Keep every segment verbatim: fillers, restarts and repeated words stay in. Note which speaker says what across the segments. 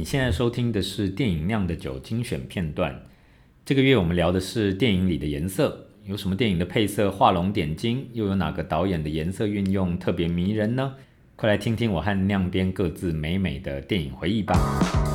Speaker 1: 你现在收听的是电影酿的酒精选片段。这个月我们聊的是电影里的颜色，有什么电影的配色画龙点睛，又有哪个导演的颜色运用特别迷人呢？快来听听我和酿编各自美美的电影回忆吧。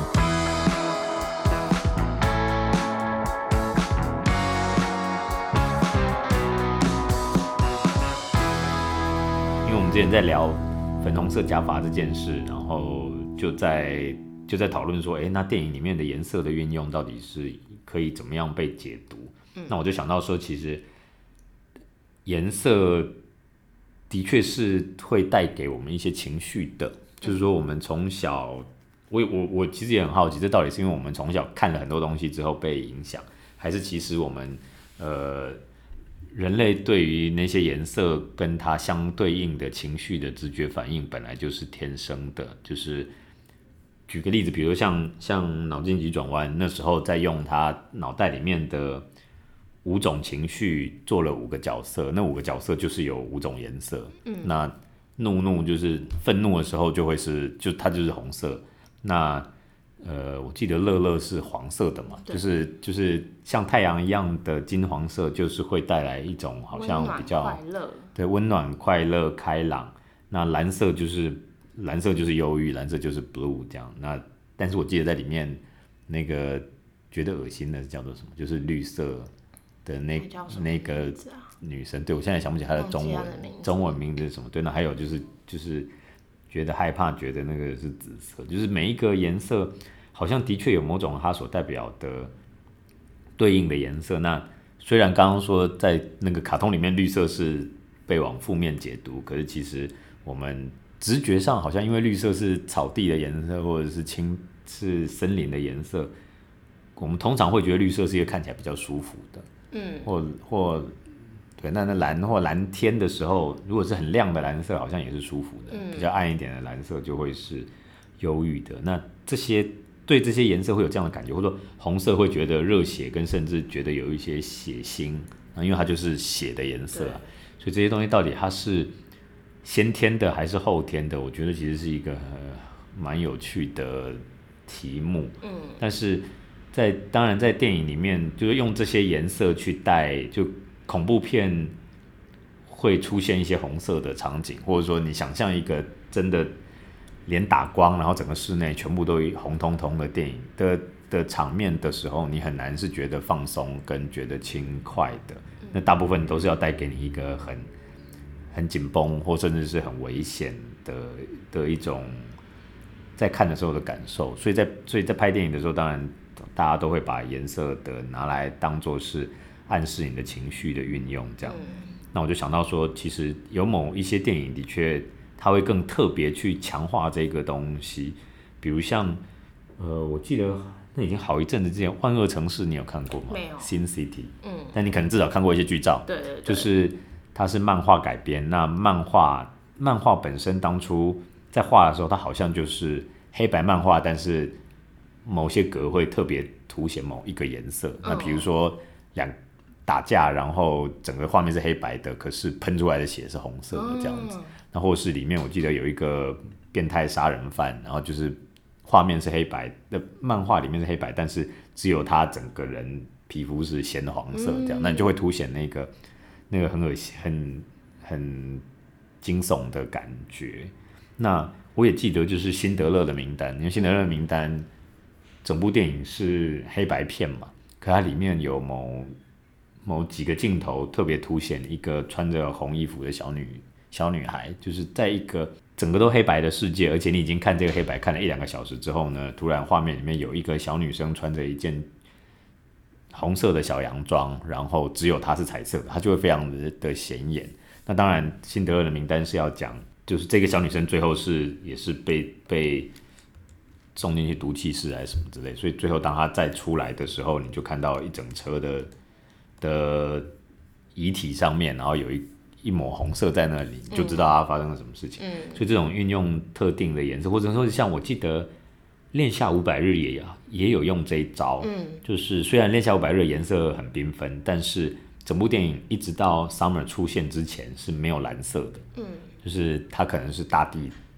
Speaker 1: 因为我们之前在聊粉红色假发这件事，然后就在就在讨论说，哎，那电影里面的颜色的运用到底是可以怎么样被解读？嗯、那我就想到说，其实颜色的确是会带给我们一些情绪的，就是说我们从小，我我我其实也很好奇，这到底是因为我们从小看了很多东西之后被影响，还是其实我们呃人类对于那些颜色跟它相对应的情绪的直觉反应本来就是天生的，就是举个例子，比如像像脑筋急转弯那时候在用他脑袋里面的五种情绪做了五个角色，那五个角色就是有五种颜色。嗯，那怒怒就是愤怒的时候就会是就它就是红色。那呃，我记得乐乐是黄色的嘛，就是就是像太阳一样的金黄色，就是会带来一种好像比较
Speaker 2: 温暖快乐，
Speaker 1: 对，温暖、快乐、开朗。那蓝色就是蓝色就是忧郁，蓝色就是 blue 这样。那但是我记得在里面那个觉得恶心的叫做什么，就是绿色的那那个女生，对我现在想不起她的中文中文名字是什么。对，那还有就是就是觉得害怕，觉得那个是紫色，就是每一个颜色好像的确有某种它所代表的对应的颜色。那虽然刚刚说在那个卡通里面绿色是被往负面解读，可是其实我们直觉上好像因为绿色是草地的颜色，或者是青是森林的颜色，我们通常会觉得绿色是一个看起来比较舒服的，嗯，或或对，那那蓝或蓝天的时候，如果是很亮的蓝色，好像也是舒服的，嗯、比较暗一点的蓝色就会是忧郁的。那这些对这些颜色会有这样的感觉，或者说红色会觉得热血，跟甚至觉得有一些血腥，因为它就是血的颜色啊，所以这些东西到底它是先天的还是后天的？我觉得其实是一个蛮、呃、有趣的题目。嗯，但是在当然在电影里面，就是用这些颜色去带，就恐怖片会出现一些红色的场景，或者说你想象一个真的连打光，然后整个室内全部都红彤彤的电影的的场面的时候，你很难是觉得放松跟觉得轻快的。那大部分都是要带给你一个很很紧绷，或甚至是很危险的的一种在看的时候的感受。所以在所以在拍电影的时候，当然大家都会把颜色的拿来当作是暗示你的情绪的运用，这样。嗯、那我就想到说，其实有某一些电影的确，它会更特别去强化这个东西，比如像呃，我记得那已经好一阵子之前，《万恶城市》你有看过吗？
Speaker 2: 没有。
Speaker 1: Sin City。嗯。但你可能至少看过一些剧照。
Speaker 2: 对对对。
Speaker 1: 就是它是漫画改编，那漫画漫画本身当初在画的时候，它好像就是黑白漫画，但是某些格会特别凸显某一个颜色。嗯、那比如说两打架，然后整个画面是黑白的，可是喷出来的血是红色的这样子。嗯、那或是里面我记得有一个变态杀人犯，然后就是画面是黑白的，漫画里面是黑白，但是只有他整个人皮肤是鲜黄色这样，嗯、那你就会凸显那个那个很恶心、很很惊悚的感觉。那我也记得就是辛德勒的名单，因为辛德勒的名单整部电影是黑白片嘛，可它里面有某某几个镜头特别凸显一个穿着红衣服的小女小女孩，就是在一个整个都黑白的世界，而且你已经看这个黑白看了一两个小时之后呢，突然画面里面有一个小女生穿着一件红色的小洋装，然后只有她是彩色的，她就会非常的的显眼。那当然，辛德勒的名单是要讲，就是这个小女生最后是也是被被送进去毒气室还是什么之类，所以最后当她再出来的时候，你就看到一整车的的遗体上面，然后有一一抹红色在那里，就知道它发生了什么事情。嗯、所以这种运用特定的颜色，或者说像我记得《恋夏五百日也》也也有用这一招，嗯、就是虽然《恋夏五百日》的颜色很缤纷，但是整部电影一直到 Summer 出现之前是没有蓝色的，嗯、就是它可能是大地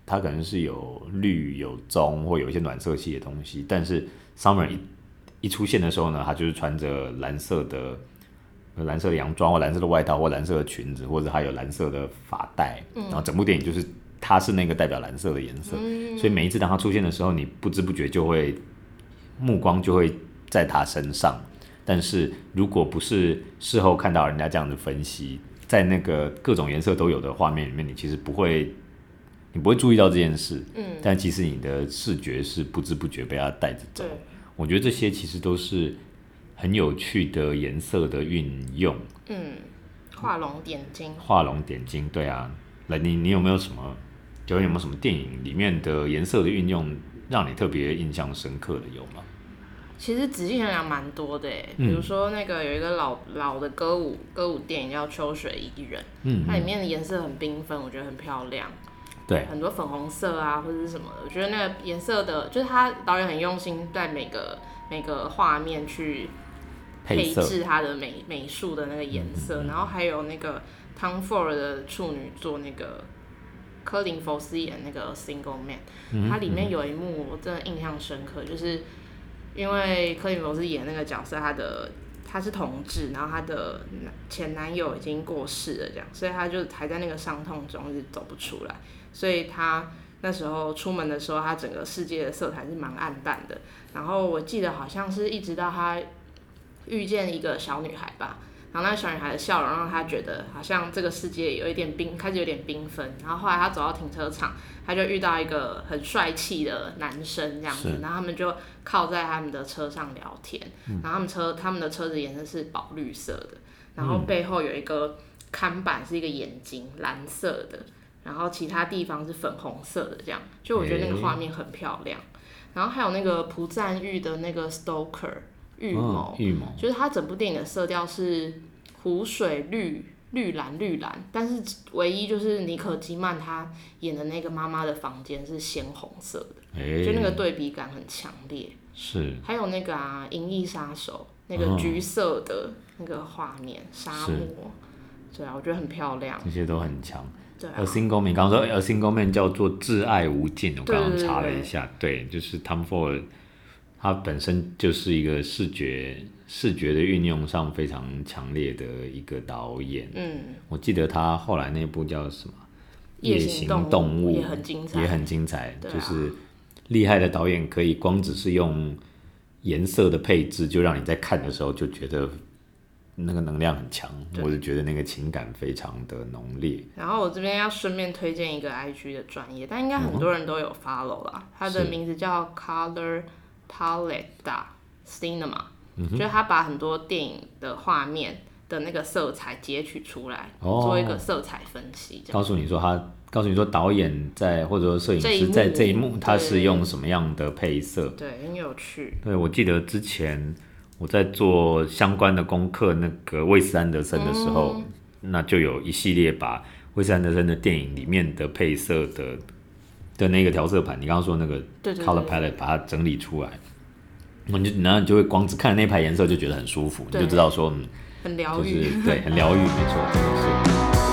Speaker 1: 它可能是有绿有棕或有一些暖色系的东西，但是 Summer 一一出现的时候呢，他就是穿着蓝色的蓝色的洋装或蓝色的外套或蓝色的裙子，或者还有蓝色的发带，嗯、然后整部电影就是他是那个代表蓝色的颜色，嗯、所以每一次当他出现的时候，你不知不觉就会目光就会在他身上。但是如果不是事后看到人家这样子分析，在那个各种颜色都有的画面里面，你其实不会，你不会注意到这件事。嗯，但其实你的视觉是不知不觉被它带着走。我觉得这些其实都是很有趣的颜色的运用。
Speaker 2: 嗯，画龙点睛。
Speaker 1: 画龙点睛，对啊。来，你你有没有什么，就有没有什么电影里面的颜色的运用让你特别印象深刻的有吗？
Speaker 2: 其实仔细想想蛮多的耶，比如说那个有一个老老的歌舞歌舞电影叫《秋水伊人》，嗯，它里面的颜色很缤纷，我觉得很漂亮，
Speaker 1: 对，
Speaker 2: 很多粉红色啊或者是什么的，我觉得那个颜色的，就是他导演很用心在每个每个画面去配置它的美美术的那个颜色，嗯、然后还有那个 Tom Ford 的处女作那个科林佛斯演那个 Single Man，嗯、它里面有一幕我真的印象深刻，就是因为科林佛斯演那个角色，他的他是同志，然后他的前男友已经过世了，这样，所以他就还在那个伤痛中一直走不出来，所以他那时候出门的时候，他整个世界的色彩是蛮暗淡的。然后我记得好像是一直到他遇见一个小女孩吧，然后那个小女孩的笑容让他觉得好像这个世界有一点缤，开始有点缤纷。然后后来他走到停车场，他就遇到一个很帅气的男生这样子，然后他们就靠在他们的车上聊天。嗯、然后他们车他们的车子颜色是宝绿色的，然后背后有一个看板是一个眼睛蓝色的，然后其他地方是粉红色的，这样就我觉得那个画面很漂亮。然后还有那个朴赞郁的那个 Stalker 预谋，预谋就是他整部电影的色调是湖水绿绿蓝绿蓝，但是唯一就是妮可基曼她演的那个妈妈的房间是鲜红色的，欸、就那个对比感很强烈。
Speaker 1: 是，
Speaker 2: 还有那个啊，《银翼杀手》那个橘色的那个画面，沙漠，对啊，我觉得很漂亮。
Speaker 1: 这些都很强。
Speaker 2: 对啊。
Speaker 1: A Single Man， 刚刚说 A Single Man 叫做挚爱无尽，我刚刚查了一下，对，对对对就是 Tom Ford， 他本身就是一个视觉视觉的运用上非常强烈的一个导演。嗯，我记得他后来那部叫什么《夜行动物》也很精彩，也很精彩，啊、就是厉害的导演可以光只是用颜色的配置，就让你在看的时候就觉得那个能量很强，我就觉得那个情感非常的浓烈。
Speaker 2: 然后我这边要顺便推荐一个 I G 的专页，但应该很多人都有 follow 啦。它的名字叫 Color Palette Cinema，嗯、就是他把很多电影的画面的那个色彩截取出来，哦、做一个色彩分析。
Speaker 1: 告诉你说他，告诉你说导演在或者说摄影师在这一幕他是用什么样的配色，
Speaker 2: 对，很有趣。
Speaker 1: 对，我记得之前我在做相关的功课，那个魏斯安德森的时候，嗯、那就有一系列把魏斯安德森的电影里面的配色的的那个调色盘，你刚刚说那个 color palette 把它整理出来，你就然后你就会光只看那排颜色就觉得很舒服，你就知道说嗯，
Speaker 2: 很疗愈，
Speaker 1: 就是对，很疗愈，没错，真的是。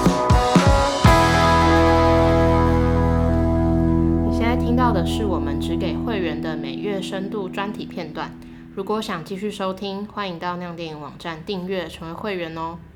Speaker 2: 你现在听到的是我们只给会员的每月深度专题片段。如果想继续收听，欢迎到酿电影网站订阅成为会员哦。